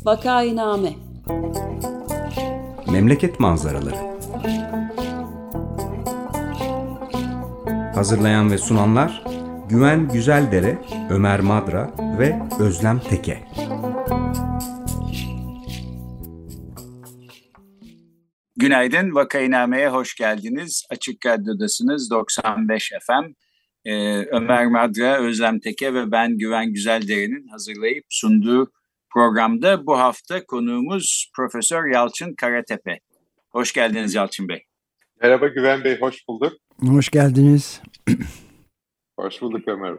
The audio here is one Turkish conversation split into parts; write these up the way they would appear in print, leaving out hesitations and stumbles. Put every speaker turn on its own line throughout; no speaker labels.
Vakainame.
Memleket manzaraları. Hazırlayan ve sunanlar Güven Güzeldere, Ömer Madra ve Özlem Teke.
Günaydın, Vakainame'ye hoş geldiniz. Açık Radyo'dasınız, 95 FM. Ömer Madra, Özlem Teke ve ben Güven Güzeldere'nin hazırlayıp sunduğu programda bu hafta konuğumuz Profesör Yalçın Karatepe. Hoş geldiniz Yalçın Bey.
Merhaba Güven Bey, hoş bulduk.
Hoş geldiniz.
Hoş bulduk Ömer Bey.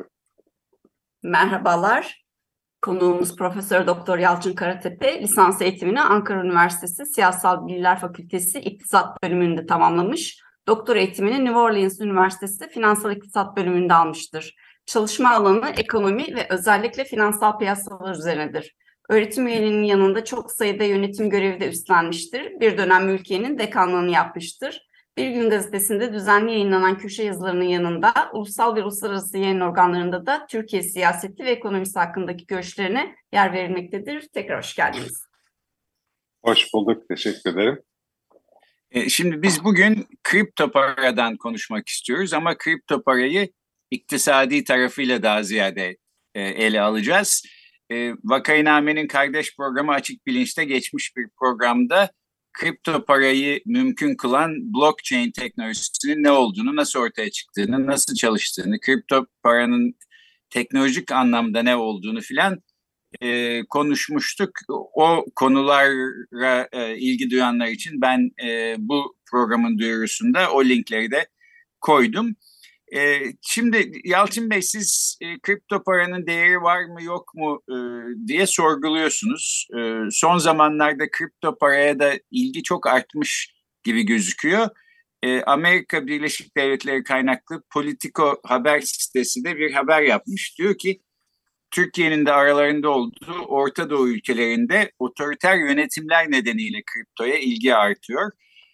Merhabalar. Konuğumuz Profesör Doktor Yalçın Karatepe, lisans eğitimini Ankara Üniversitesi Siyasal Bilgiler Fakültesi İktisat bölümünde tamamlamış. Doktor eğitimini New Orleans Üniversitesi Finansal İktisat bölümünde almıştır. Çalışma alanı ekonomi ve özellikle finansal piyasalar üzerinedir. Öğretim üyeliğinin yanında çok sayıda yönetim görevi de üstlenmiştir. Bir dönem Mülkiye'nin dekanlığını yapmıştır. Bir Gün Gazetesi'nde düzenli yayınlanan köşe yazılarının yanında ulusal ve uluslararası yayın organlarında da Türkiye siyaseti ve ekonomisi hakkındaki görüşlerine yer verilmektedir. Tekrar hoş geldiniz.
Hoş bulduk, teşekkür ederim.
Şimdi biz bugün kripto paradan konuşmak istiyoruz ama kripto parayı iktisadi tarafıyla daha ziyade ele alacağız. Vakainame'nin kardeş programı Açık Bilinç'te geçmiş bir programda kripto parayı mümkün kılan blockchain teknolojisinin ne olduğunu, nasıl ortaya çıktığını, nasıl çalıştığını, kripto paranın teknolojik anlamda ne olduğunu filan konuşmuştuk. O konulara ilgi duyanlar için ben bu programın duyurusunda o linkleri de koydum. Şimdi Yalçın Bey, siz kripto paranın değeri var mı yok mu diye sorguluyorsunuz. Son zamanlarda kripto paraya da ilgi çok artmış gibi gözüküyor. Amerika Birleşik Devletleri kaynaklı Politico haber sitesi de bir haber yapmış. Diyor ki Türkiye'nin de aralarında olduğu Orta Doğu ülkelerinde otoriter yönetimler nedeniyle kriptoya ilgi artıyor.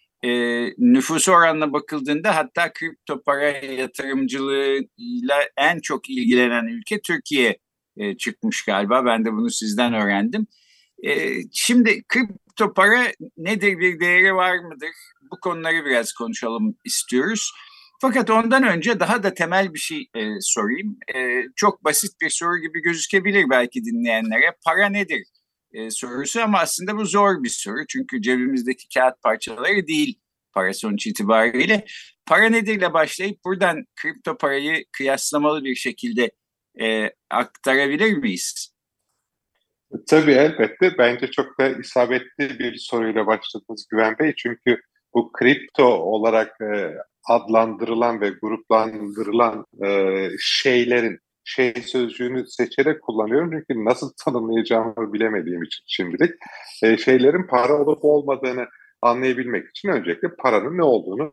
Nüfus oranına bakıldığında hatta kripto para yatırımcılığıyla en çok ilgilenen ülke Türkiye çıkmış galiba. Ben de bunu sizden öğrendim. Şimdi kripto para nedir, bir değeri var mıdır? Bu konuları biraz konuşalım istiyoruz. Fakat ondan önce daha da temel bir şey sorayım. Çok basit bir soru gibi gözükebilir belki dinleyenlere. Para nedir sorusu ama aslında bu zor bir soru. Çünkü cebimizdeki kağıt parçaları değil para sonuç itibariyle. Para nedirle başlayıp buradan kripto parayı kıyaslamalı bir şekilde aktarabilir miyiz?
Tabii elbette. Bence çok da isabetli bir soruyla başladınız Güven Bey. Çünkü bu kripto olarak adlandırılan ve gruplandırılan şeylerin şey sözcüğünü seçerek kullanıyorum. Çünkü nasıl tanımlayacağımı bilemediğim için şimdilik. Şeylerin para olup olmadığını anlayabilmek için öncelikle paranın ne olduğunu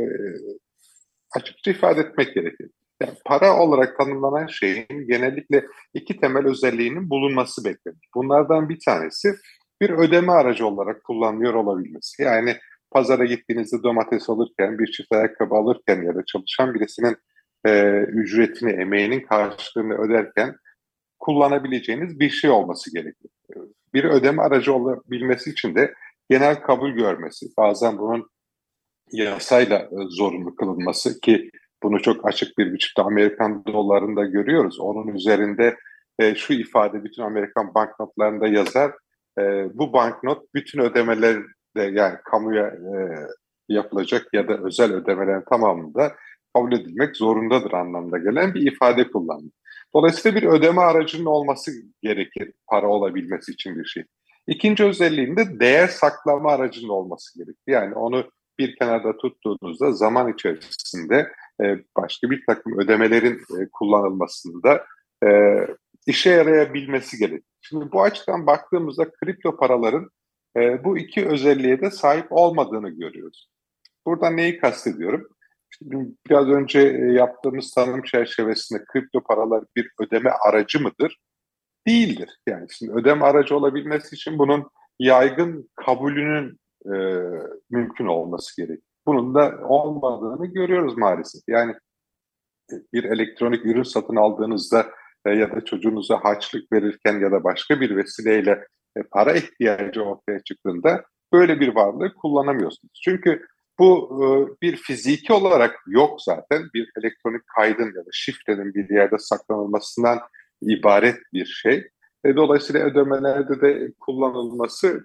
açıkça ifade etmek gerekir. Yani para olarak tanımlanan şeyin genellikle iki temel özelliğinin bulunması beklenir. Bunlardan bir tanesi bir ödeme aracı olarak kullanılıyor olabilmesi. Yani pazara gittiğinizde domates alırken, bir çift ayakkabı alırken ya da çalışan birisinin ücretini, emeğinin karşılığını öderken kullanabileceğiniz bir şey olması gerekir. Bir ödeme aracı olabilmesi için de genel kabul görmesi, bazen bunun yasayla zorunlu kılınması ki bunu çok açık bir biçimde Amerikan dolarında görüyoruz. Onun üzerinde şu ifade bütün Amerikan banknotlarında yazar. Bu banknot bütün ödemelerde yani kamuya yapılacak ya da özel ödemelerin tamamında kabul edilmek zorundadır anlamda gelen bir ifade kullanılır. Dolayısıyla bir ödeme aracının olması gerekir para olabilmesi için bir şey. İkinci özelliğinde değer saklama aracının olması gerekir. Yani onu bir kenarda tuttuğunuzda zaman içerisinde başka bir takım ödemelerin kullanılmasında işe yarayabilmesi gerekir. Şimdi bu açıdan baktığımızda kripto paraların bu iki özelliğe de sahip olmadığını görüyoruz. Buradan neyi kastediyorum? Şimdi biraz önce yaptığımız tanım çerçevesinde kripto paralar bir ödeme aracı mıdır? Değildir. Yani şimdi ödeme aracı olabilmesi için bunun yaygın kabulünün mümkün olması gerekir. Bunun da olmadığını görüyoruz maalesef. Yani bir elektronik ürün satın aldığınızda ya da çocuğunuza harçlık verirken ya da başka bir vesileyle para ihtiyacı ortaya çıktığında böyle bir varlığı kullanamıyorsunuz. Çünkü bu bir fiziki olarak yok zaten. Bir elektronik kaydın ya da şifrenin bir yerde saklanılmasından ibaret bir şey. Dolayısıyla ödemelerde de kullanılması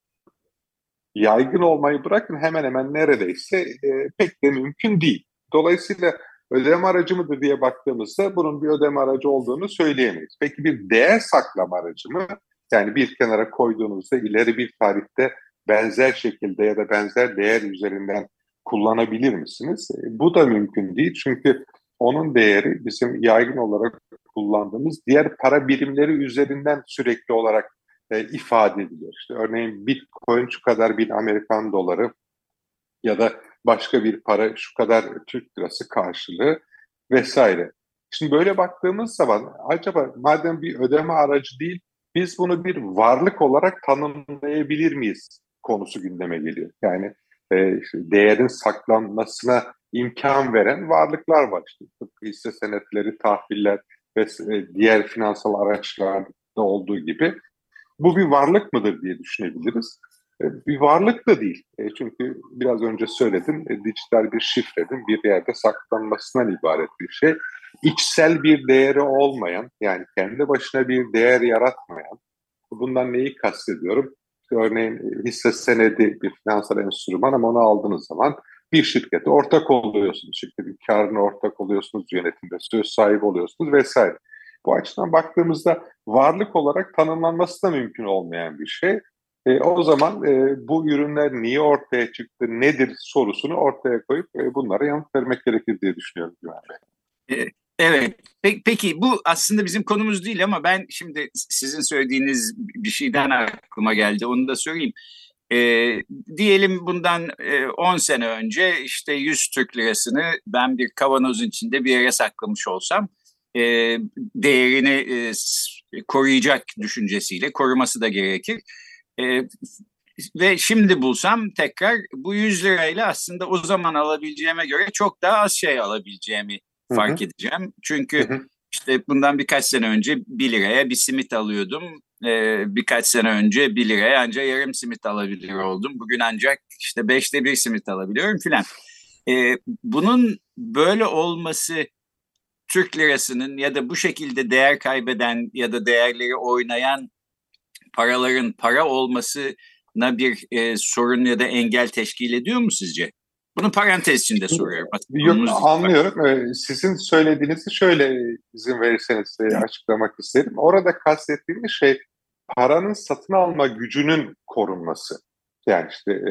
yaygın olmayı bırakın hemen hemen neredeyse pek de mümkün değil. Dolayısıyla ödeme aracı mıdır diye baktığımızda bunun bir ödeme aracı olduğunu söyleyemeyiz. Peki bir değer saklama aracı mı? Yani bir kenara koyduğunuzda ileri bir tarihte benzer şekilde ya da benzer değer üzerinden kullanabilir misiniz? Bu da mümkün değil çünkü onun değeri bizim yaygın olarak kullandığımız diğer para birimleri üzerinden sürekli olarak ifade ediliyor. İşte örneğin Bitcoin şu kadar bir Amerikan doları ya da başka bir para şu kadar Türk lirası karşılığı vesaire. Şimdi böyle baktığımız zaman acaba madem bir ödeme aracı değil biz bunu bir varlık olarak tanımlayabilir miyiz konusu gündeme geliyor. Yani işte değerin saklanmasına imkan veren varlıklar var. İşte hisse senetleri, tahviller ve diğer finansal araçlarda olduğu gibi. Bu bir varlık mıdır diye düşünebiliriz. Bir varlık da değil. Çünkü biraz önce söyledim, dijital bir şifrenin bir yerde saklanmasından ibaret bir şey. İçsel bir değeri olmayan, yani kendi başına bir değer yaratmayan, bundan neyi kastediyorum? Örneğin hisse senedi bir finansal enstrüman ama onu aldığınız zaman bir şirkete ortak oluyorsunuz. Şirketin karına ortak oluyorsunuz, yönetimde söz sahibi oluyorsunuz vesaire. Bu açıdan baktığımızda varlık olarak tanımlanması da mümkün olmayan bir şey. O zaman bu ürünler niye ortaya çıktı, nedir sorusunu ortaya koyup bunlara yanıt vermek gerekir diye düşünüyorum Güven Bey.
Evet. Peki bu aslında bizim konumuz değil ama ben şimdi sizin söylediğiniz bir şeyden aklıma geldi. Onu da söyleyeyim. Diyelim bundan 10 sene önce işte 100 Türk lirasını ben bir kavanozun içinde bir yere saklamış olsam değerini koruyacak düşüncesiyle koruması da gerekir. Ve şimdi bulsam tekrar bu 100 lirayla aslında o zaman alabileceğime göre çok daha az şey alabileceğimi fark edeceğim. Çünkü işte bundan birkaç sene önce 1 liraya bir simit alıyordum. Birkaç sene önce 1 liraya ancak yarım simit alabilir oldum. Bugün ancak işte 5'te 1 simit alabiliyorum filan. Bunun böyle olması Türk lirasının ya da bu şekilde değer kaybeden ya da değerleri oynayan paraların para olmasına bir sorun ya da engel teşkil ediyor mu sizce? Bunu parantez içinde soruyorum.
Yok anlıyorum. Sizin söylediğinizi şöyle izin verirseniz açıklamak isterim. Orada kastettiğimiz şey paranın satın alma gücünün korunması. Yani işte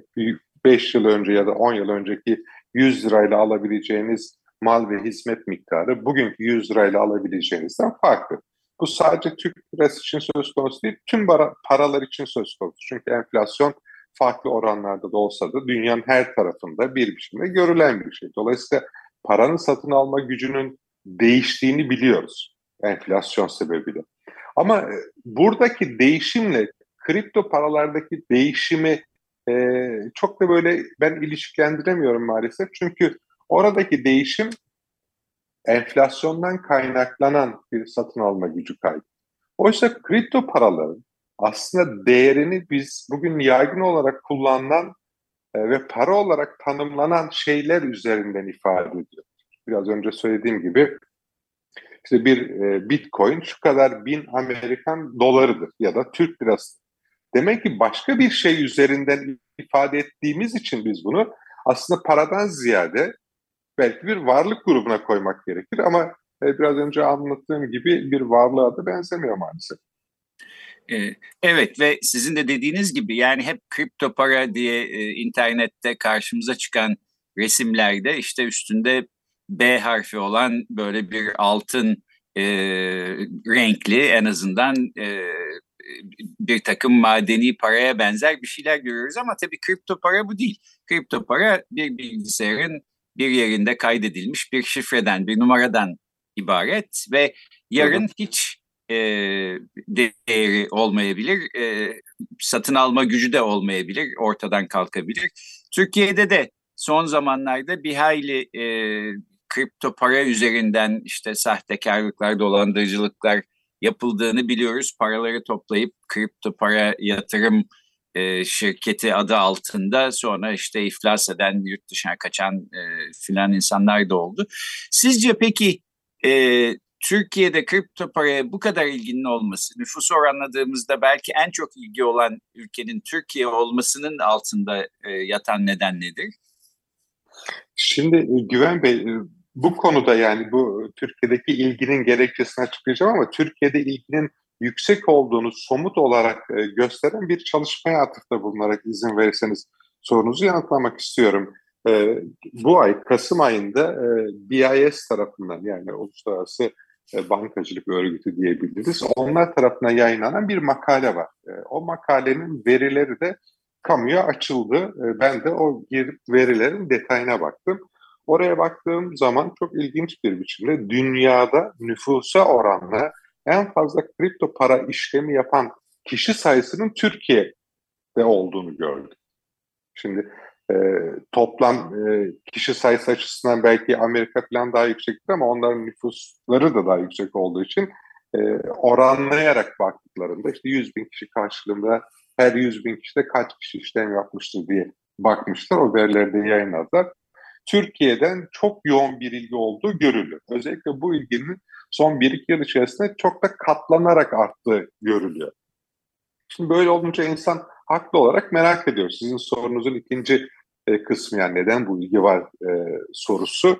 5 yıl önce ya da 10 yıl önceki 100 lirayla alabileceğiniz mal ve hizmet miktarı bugünkü 100 lirayla alabileceğinizden farklı. Bu sadece Türk lirası için söz konusu değil, tüm paralar için söz konusu. Çünkü enflasyon farklı oranlarda da olsa da dünyanın her tarafında bir biçimde görülen bir şey. Dolayısıyla paranın satın alma gücünün değiştiğini biliyoruz enflasyon sebebiyle. Ama buradaki değişimle kripto paralardaki değişimi çok da böyle ben ilişkilendiremiyorum maalesef. Çünkü oradaki değişim enflasyondan kaynaklanan bir satın alma gücü kaybı. Oysa kripto paraların aslında değerini biz bugün yaygın olarak kullanılan ve para olarak tanımlanan şeyler üzerinden ifade ediyor. Biraz önce söylediğim gibi işte bir Bitcoin şu kadar 1000 Amerikan dolarıdır ya da Türk lirası. Demek ki başka bir şey üzerinden ifade ettiğimiz için biz bunu aslında paradan ziyade belki bir varlık grubuna koymak gerekir ama biraz önce anlattığım gibi bir varlığa da benzemiyor maalesef.
Evet ve sizin de dediğiniz gibi yani hep kripto para diye internette karşımıza çıkan resimlerde işte üstünde B harfi olan böyle bir altın renkli en azından bir takım madeni paraya benzer bir şeyler görüyoruz ama tabii kripto para bu değil. Kripto para bir bilgisayarın bir yerinde kaydedilmiş bir şifreden, bir numaradan ibaret ve yarın hiç değeri olmayabilir, satın alma gücü de olmayabilir, ortadan kalkabilir. Türkiye'de de son zamanlarda bir hayli kripto para üzerinden işte sahtekarlıklar, dolandırıcılıklar yapıldığını biliyoruz. Paraları toplayıp kripto para yatırım şirketi adı altında sonra işte iflas eden, yurt dışına kaçan filan insanlar da oldu. Sizce peki Türkiye'de kripto paraya bu kadar ilginin olması, nüfusu oranladığımızda belki en çok ilgi olan ülkenin Türkiye olmasının altında yatan neden nedir?
Şimdi Güven Bey, bu konuda yani bu Türkiye'deki ilginin gerekçesini açıklayacağım ama Türkiye'de ilginin yüksek olduğunu somut olarak gösteren bir çalışmaya atıfta bulunarak izin verirseniz sorunuzu yanıtlamak istiyorum. Bu ay Kasım ayında BIS tarafından yani Uluslararası Bankacılık Örgütü diyebiliriz. Onlar tarafından yayınlanan bir makale var. O makalenin verileri de kamuya açıldı. Ben de o girip verilerin detayına baktım. Oraya baktığım zaman çok ilginç bir biçimde dünyada nüfusa oranla en fazla kripto para işlemi yapan kişi sayısının Türkiye'de olduğunu gördüm. Şimdi toplam kişi sayısı açısından belki Amerika falan daha yüksektir ama onların nüfusları da daha yüksek olduğu için oranlayarak baktıklarında işte 100 bin kişi karşılığında her 100 bin kişide kaç kişi işlem yapmıştır diye bakmışlar. O verileri de yayınladılar. Türkiye'den çok yoğun bir ilgi olduğu görülüyor. Özellikle bu ilginin son 1-2 yıl içerisinde çok da katlanarak arttığı görülüyor. Şimdi böyle olunca insan haklı olarak merak ediyor. Sizin sorunuzun ikinci kısmı yani neden bu ilgi var sorusu.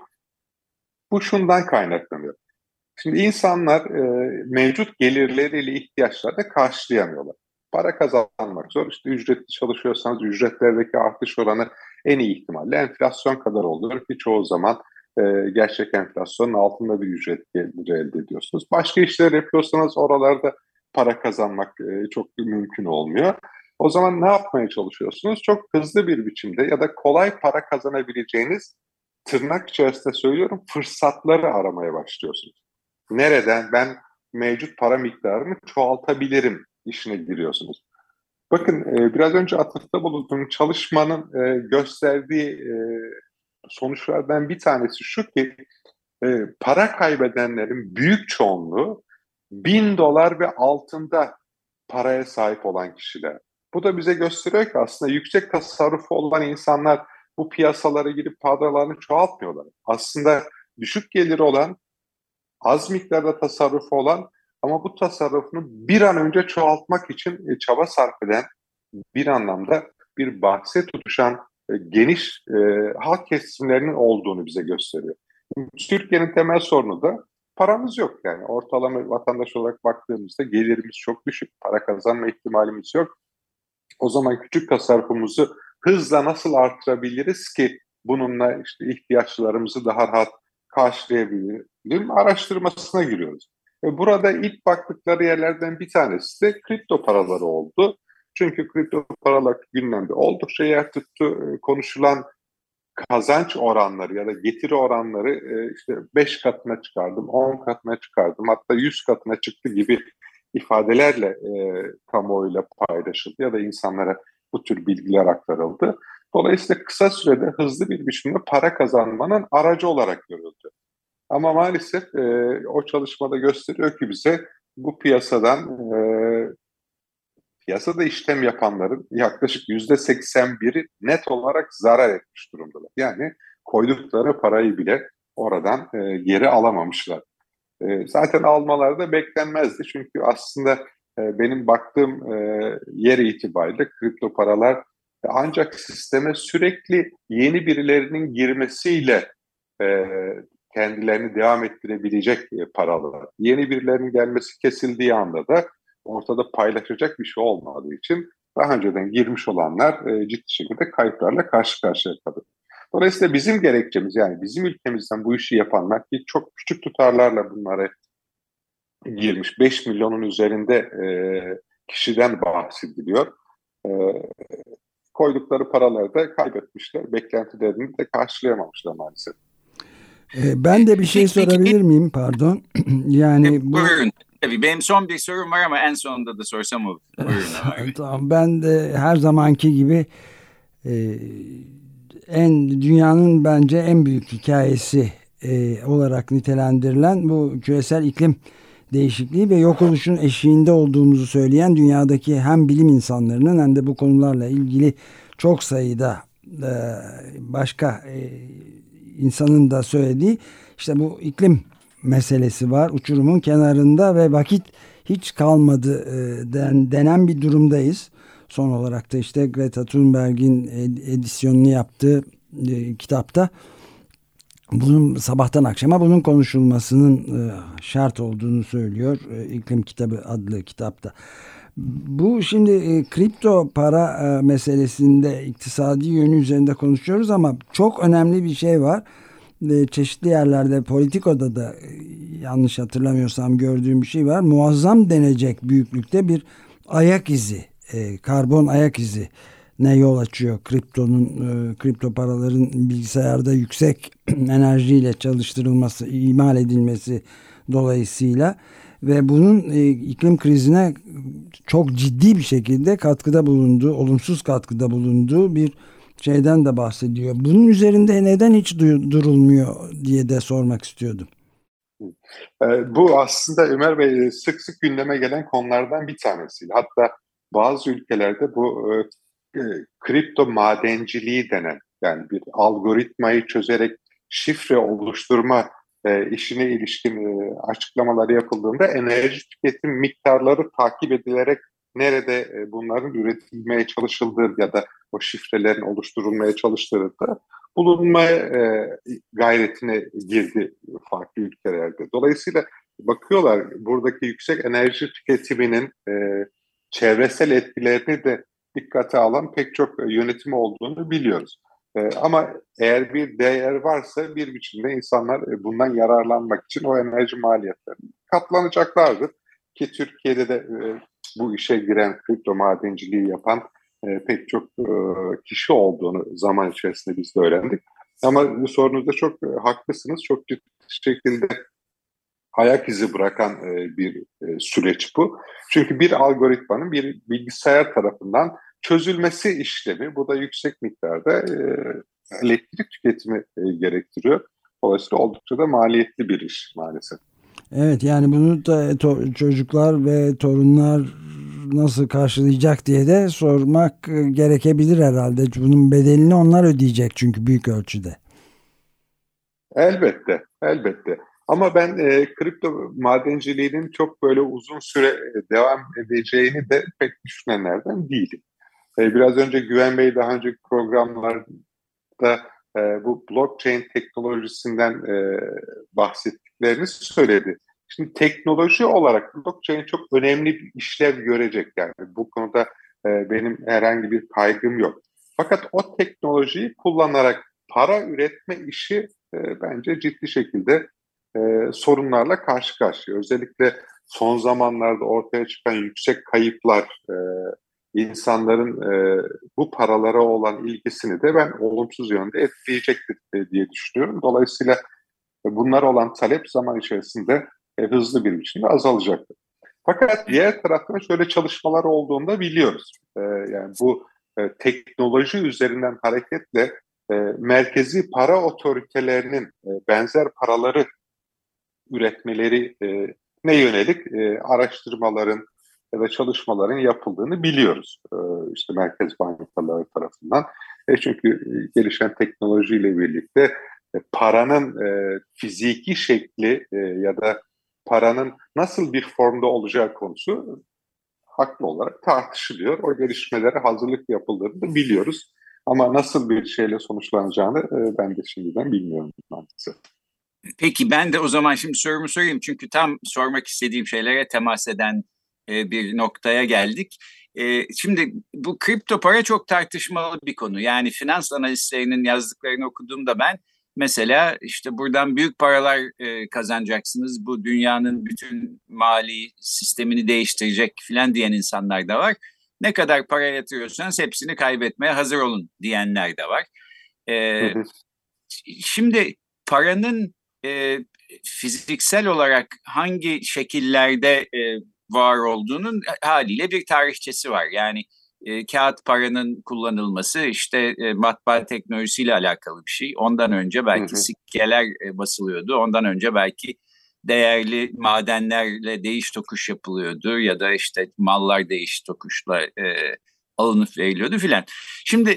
Bu şundan kaynaklanıyor. Şimdi insanlar mevcut gelirleriyle ihtiyaçlarını karşılayamıyorlar. Para kazanmak zor. İşte ücretli çalışıyorsanız ücretlerdeki artış oranı en iyi ihtimalle enflasyon kadar oluyor ki çoğu zaman gerçek enflasyonun altında bir ücret geliri elde ediyorsunuz. Başka işler yapıyorsanız oralarda para kazanmak çok mümkün olmuyor. O zaman ne yapmaya çalışıyorsunuz? Çok hızlı bir biçimde ya da kolay para kazanabileceğiniz tırnak içerisinde söylüyorum fırsatları aramaya başlıyorsunuz. Nereden ben mevcut para miktarını çoğaltabilirim işine giriyorsunuz. Bakın biraz önce atıfta bulunduğum çalışmanın gösterdiği sonuçlardan bir tanesi şu ki para kaybedenlerin büyük çoğunluğu $1000 ve altında paraya sahip olan kişiler. Bu da bize gösteriyor ki aslında yüksek tasarrufu olan insanlar bu piyasalara girip paralarını çoğaltmıyorlar. Aslında düşük geliri olan, az miktarda tasarrufu olan ama bu tasarrufunu bir an önce çoğaltmak için çaba sarf eden bir anlamda bir bahse tutuşan geniş halk kesimlerinin olduğunu bize gösteriyor. Türkiye'nin temel sorunu da paramız yok yani ortalama vatandaş olarak baktığımızda gelirimiz çok düşük, para kazanma ihtimalimiz yok. O zaman küçük tasarrufumuzu hızla nasıl artırabiliriz ki bununla işte ihtiyaçlarımızı daha rahat karşılayabilirim araştırmasına giriyoruz. Burada ilk baktıkları yerlerden bir tanesi de kripto paraları oldu. Çünkü kripto paralar gündemde oldukça yer tuttu. Konuşulan kazanç oranları ya da getiri oranları işte 5 katına çıkardım, 10 katına çıkardım, hatta 100 katına çıktı gibi ifadelerle kamuoyuyla paylaşıldı ya da insanlara bu tür bilgiler aktarıldı. Dolayısıyla kısa sürede hızlı bir biçimde para kazanmanın aracı olarak görüldü. Ama maalesef o çalışmada gösteriyor ki bize bu piyasada işlem yapanların yaklaşık %81'i net olarak zarar etmiş durumdalar. Yani koydukları parayı bile oradan geri alamamışlar. Zaten almaları da beklenmezdi. Çünkü aslında benim baktığım yer itibariyle kripto paralar ancak sisteme sürekli yeni birilerinin girmesiyle kendilerini devam ettirebilecek paralar. Yeni birilerinin gelmesi kesildiği anda da ortada paylaşacak bir şey olmadığı için daha önceden girmiş olanlar ciddi şekilde kayıplarla karşı karşıya kalıyor. Dolayısıyla bizim gerekçemiz yani bizim ülkemizden bu işi yapanlar ki çok küçük tutarlarla bunlara girmiş 5 milyonun üzerinde kişiden bahsediliyor. Koydukları paraları da kaybetmişler. Beklentilerini de karşılayamamışlar maalesef.
Ben de bir şey sorabilir miyim? Pardon. Yani bu...
Buyurun. Tabii benim son bir sorum var ama en sonunda da sorsam olur. Buyurun.
Tamam. Ben de her zamanki gibi dünyanın bence en büyük hikayesi olarak nitelendirilen bu küresel iklim değişikliği ve yok oluşun eşiğinde olduğumuzu söyleyen dünyadaki hem bilim insanlarının hem de bu konularla ilgili çok sayıda başka insanın da söylediği işte bu iklim meselesi var. Uçurumun kenarında ve vakit hiç kalmadı denen bir durumdayız. Son olarak da işte Greta Thunberg'in edisyonunu yaptığı kitapta bunun sabahtan akşama bunun konuşulmasının şart olduğunu söylüyor. İklim Kitabı adlı kitapta. Bu şimdi kripto para meselesinde iktisadi yönü üzerinde konuşuyoruz ama çok önemli bir şey var. Çeşitli yerlerde Politico'da da yanlış hatırlamıyorsam gördüğüm bir şey var. Muazzam denecek büyüklükte bir ayak izi, karbon ayak izi ne yol açıyor kripto paraların bilgisayarda yüksek enerjiyle çalıştırılması, imal edilmesi dolayısıyla ve bunun iklim krizine çok ciddi bir şekilde katkıda bulunduğu, olumsuz katkıda bulunduğu bir şeyden de bahsediyor. Bunun üzerinde neden hiç durulmuyor diye de sormak istiyordum.
Bu aslında Ömer Bey sık sık gündeme gelen konulardan bir tanesiydi. Hatta bazı ülkelerde bu kripto madenciliği denen, yani bir algoritmayı çözerek şifre oluşturma işine ilişkin açıklamaları yapıldığında enerji tüketim miktarları takip edilerek nerede bunların üretilmeye çalışıldığı ya da o şifrelerin oluşturulmaya çalıştırıldığı bulunma gayretine girdi farklı ülkelerde. Dolayısıyla bakıyorlar buradaki yüksek enerji tüketiminin çevresel etkilerini de dikkate alan pek çok yönetimi olduğunu biliyoruz. Ama eğer bir değer varsa bir biçimde insanlar bundan yararlanmak için o enerji maliyetlerine katlanacaklardır. Ki Türkiye'de de bu işe giren, kripto madenciliği yapan pek çok kişi olduğunu zaman içerisinde biz de öğrendik. Ama bu sorunuzda çok haklısınız. Çok ciddi şekilde ayak izi bırakan bir süreç bu. Çünkü bir algoritmanın bir bilgisayar tarafından çözülmesi işlemi, bu da yüksek miktarda elektrik tüketimi gerektiriyor. Dolayısıyla oldukça da maliyetli bir iş maalesef.
Evet, yani bunu da çocuklar ve torunlar nasıl karşılayacak diye de sormak gerekebilir herhalde. Bunun bedelini onlar ödeyecek çünkü büyük ölçüde.
Elbette, elbette. Ama ben kripto madenciliğinin çok böyle uzun süre devam edeceğini de pek düşünenlerden değilim. Biraz önce Güven Bey daha önceki programlarda bu blockchain teknolojisinden bahsettiklerini söyledi. Şimdi teknoloji olarak blockchain çok önemli bir işlev görecek, yani bu konuda benim herhangi bir kaygım yok. Fakat o teknolojiyi kullanarak para üretme işi bence ciddi şekilde sorunlarla karşı karşıya. Özellikle son zamanlarda ortaya çıkan yüksek kayıplar, insanların bu paralara olan ilgisini de ben olumsuz yönde etkileyecektir diye düşünüyorum. Dolayısıyla bunlara olan talep zaman içerisinde hızlı bir biçimde azalacaktır. Fakat diğer taraftan şöyle çalışmalar olduğunu da biliyoruz. Yani bu teknoloji üzerinden hareketle merkezi para otoritelerinin benzer paraları üretmeleri ne yönelik araştırmaların ya da çalışmaların yapıldığını biliyoruz. İşte merkez bankaları tarafından. Çünkü gelişen teknolojiyle birlikte paranın fiziki şekli ya da paranın nasıl bir formda olacağı konusu haklı olarak tartışılıyor. O gelişmelere hazırlık yapıldığını da biliyoruz. Ama nasıl bir şeyle sonuçlanacağını ben de şimdiden bilmiyorum maalesef.
Peki ben de o zaman şimdi sorumu sorayım. Çünkü tam sormak istediğim şeylere temas eden bir noktaya geldik. Şimdi bu kripto para çok tartışmalı bir konu. Yani finans analistlerinin yazdıklarını okuduğumda ben mesela işte buradan büyük paralar kazanacaksınız. Bu dünyanın bütün mali sistemini değiştirecek filan diyen insanlar da var. Ne kadar para yatırıyorsanız hepsini kaybetmeye hazır olun diyenler de var. Şimdi paranın fiziksel olarak hangi şekillerde var olduğunun haliyle bir tarihçesi var. Yani kağıt paranın kullanılması işte matbaa teknolojisiyle alakalı bir şey. Ondan önce belki sikkeler basılıyordu. Ondan önce belki değerli madenlerle değiş tokuş yapılıyordu ya da işte mallar değiş tokuşla alınıp veriliyordu filan. Şimdi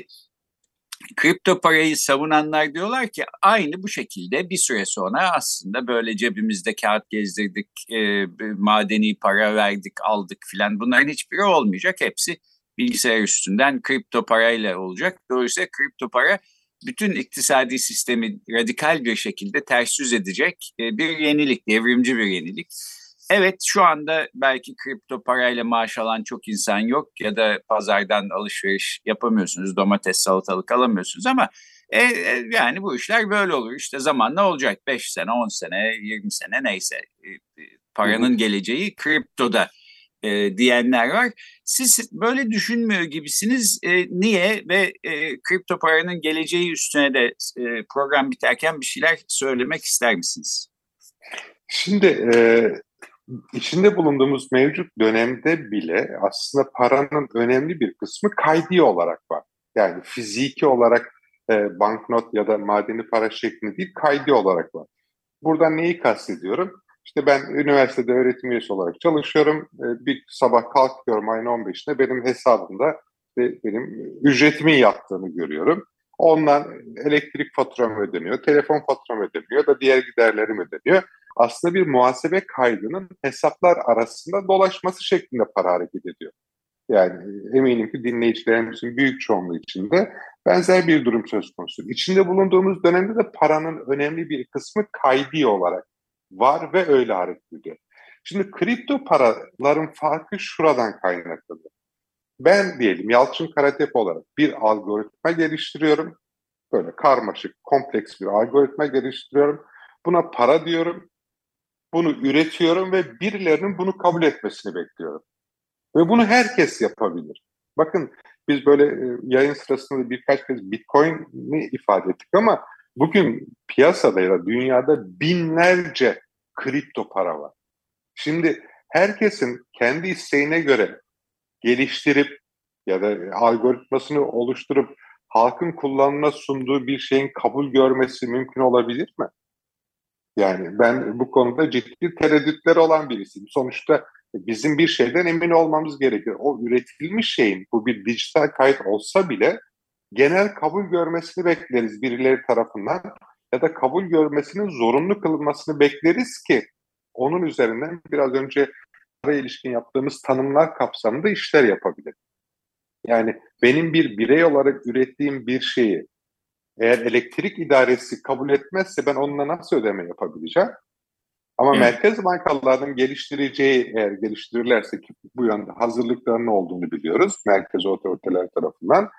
kripto parayı savunanlar diyorlar ki aynı bu şekilde bir süre sonra aslında böyle cebimizde kağıt gezdirdik, madeni para verdik, aldık filan, bunların hiçbiri olmayacak. Hepsi bilgisayar üstünden kripto parayla olacak. Dolayısıyla kripto para bütün iktisadi sistemi radikal bir şekilde ters yüz edecek bir yenilik, devrimci bir yenilik. Evet, şu anda belki kripto parayla maaş alan çok insan yok ya da pazardan alışveriş yapamıyorsunuz, domates, salatalık alamıyorsunuz ama yani bu işler böyle olur. İşte zamanla olacak, 5 sene, 10 sene, 20 sene neyse. Paranın geleceği kriptoda diyenler var. Siz böyle düşünmüyor gibisiniz. Niye? Ve kripto paranın geleceği üstüne de program biterken bir şeyler söylemek ister misiniz?
Şimdi içinde bulunduğumuz mevcut dönemde bile aslında paranın önemli bir kısmı kaydi olarak var. Yani fiziki olarak banknot ya da madeni para şeklinde değil, kaydi olarak var. Buradan neyi kastediyorum? İşte ben üniversitede öğretim üyesi olarak çalışıyorum. Bir sabah kalkıyorum ayın 15'inde benim hesabımda benim ücretimin yattığını görüyorum. Ondan elektrik faturam ödeniyor, telefon faturam ödeniyor da diğer giderlerim ödeniyor. Aslında bir muhasebe kaydının hesaplar arasında dolaşması şeklinde para hareket ediyor. Yani eminim ki dinleyicilerimizin büyük çoğunluğu içinde benzer bir durum söz konusu. İçinde bulunduğumuz dönemde de paranın önemli bir kısmı kaydi olarak var ve öyle hareket ediyor. Şimdi kripto paraların farkı şuradan kaynaklanıyor. Ben diyelim Yalçın Karatepe olarak bir algoritma geliştiriyorum. Böyle karmaşık, kompleks bir algoritma geliştiriyorum. Buna para diyorum. Bunu üretiyorum ve birilerinin bunu kabul etmesini bekliyorum. Ve bunu herkes yapabilir. Bakın biz böyle yayın sırasında birkaç kez Bitcoin'i ifade ettik ama bugün piyasada ya da dünyada binlerce kripto para var. Şimdi herkesin kendi isteğine göre geliştirip ya da algoritmasını oluşturup halkın kullanımına sunduğu bir şeyin kabul görmesi mümkün olabilir mi? Yani ben bu konuda ciddi tereddütleri olan birisiyim. Sonuçta bizim bir şeyden emin olmamız gerekir. O üretilmiş şeyin, bu bir dijital kayıt olsa bile genel kabul görmesini bekleriz birileri tarafından ya da kabul görmesinin zorunlu kılınmasını bekleriz ki onun üzerinden biraz önce paraya ilişkin yaptığımız tanımlar kapsamında işler yapabilir. Yani benim bir birey olarak ürettiğim bir şeyi eğer elektrik idaresi kabul etmezse ben onunla nasıl ödeme yapabileceğim? Ama merkez bankalarının geliştireceği, eğer geliştirirlerse ki bu yönde hazırlıklarının olduğunu biliyoruz merkez otoriteler tarafından,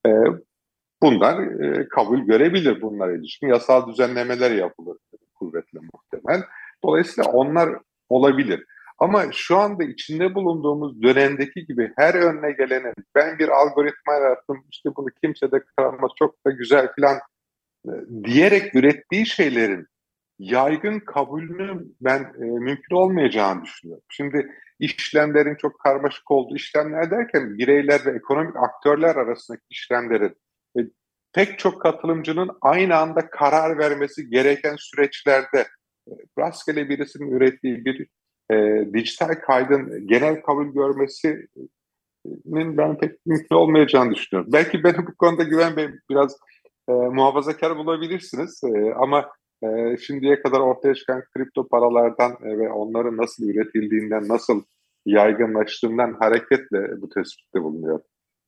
bunlar kabul görebilir, bunlara ilişkin yasal düzenlemeler yapılır kuvvetle muhtemel. Dolayısıyla onlar olabilir. Ama şu anda içinde bulunduğumuz dönemdeki gibi her önüne gelenin ben bir algoritma yarattım, işte bunu kimse de kıramaz, çok da güzel falan diyerek ürettiği şeylerin yaygın kabulünün ben mümkün olmayacağını düşünüyorum. Şimdi işlemlerin çok karmaşık olduğu işlemler derken bireyler ve ekonomik aktörler arasındaki işlemlerin pek çok katılımcının aynı anda karar vermesi gereken süreçlerde rastgele birisinin ürettiği bir dijital kaydın genel kabul görmesinin ben pek mümkün olmayacağını düşünüyorum. Belki benim bu konuda Güven Bey biraz muhafazakar bulabilirsiniz ama şimdiye kadar ortaya çıkan kripto paralardan ve onların nasıl üretildiğinden, nasıl yaygınlaştığından hareketle bu tespitte bulunuyor.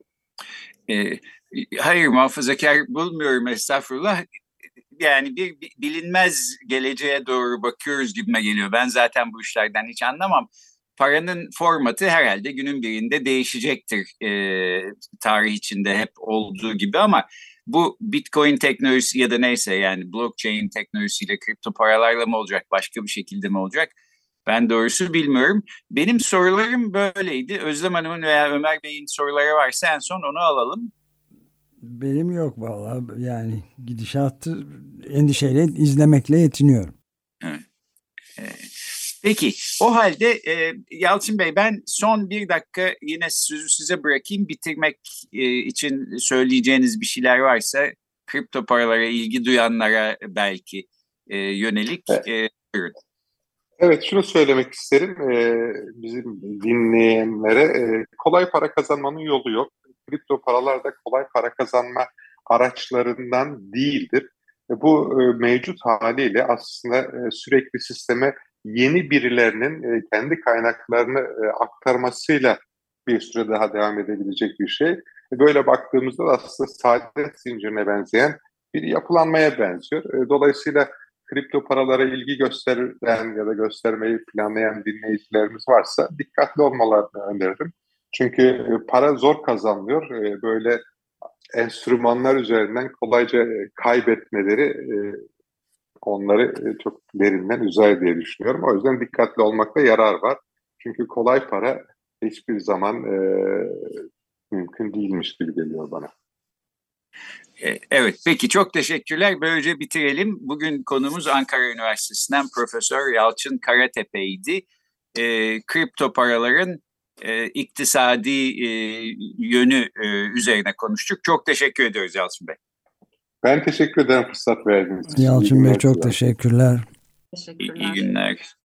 Hayır, muhafazakar bulmuyorum, estağfurullah. Yani bir bilinmez geleceğe doğru bakıyoruz gibime geliyor. Ben zaten bu işlerden hiç anlamam. Paranın formatı herhalde günün birinde değişecektir tarih içinde hep olduğu gibi ama bu Bitcoin teknolojisi ya da neyse yani blockchain teknolojisiyle kripto paralarla mı olacak, başka bir şekilde mi olacak? Ben doğrusu bilmiyorum. Benim sorularım böyleydi. Özlem Hanım'ın veya Ömer Bey'in soruları varsa en son onu alalım.
Benim yok vallahi, yani gidişatı endişeyle izlemekle yetiniyorum. Evet.
Peki o halde Yalçın Bey, ben son bir dakika yine sözü size bırakayım. Bitirmek için söyleyeceğiniz bir şeyler varsa kripto paralara ilgi duyanlara belki yönelik buyurun.
Evet, şunu söylemek isterim bizim dinleyenlere. Kolay para kazanmanın yolu yok. Kripto paralar da kolay para kazanma araçlarından değildir. Bu mevcut haliyle aslında sürekli sisteme yeni birilerinin kendi kaynaklarını aktarmasıyla bir süre daha devam edebilecek bir şey. Böyle baktığımızda da aslında saadet zincirine benzeyen bir yapılanmaya benziyor. Dolayısıyla kripto paralara ilgi gösteren ya da göstermeyi planlayan dinleyicilerimiz varsa dikkatli olmalarını öneririm. Çünkü para zor kazanılıyor. Böyle enstrümanlar üzerinden kolayca kaybetmeleri onları çok derinden üzer diye düşünüyorum. O yüzden dikkatli olmakta yarar var. Çünkü kolay para hiçbir zaman mümkün değilmiş gibi geliyor bana.
Evet, peki çok teşekkürler. Böylece bitirelim. Bugün konumuz Ankara Üniversitesi'nden Profesör Yalçın Karatepe'ydi. Kripto paraların iktisadi yönü üzerine konuştuk. Çok teşekkür ediyoruz Yalçın Bey.
Ben teşekkür ederim fırsat verdiğiniz için.
Yalçın Bey çok teşekkürler.
Teşekkürler.
İyi günler.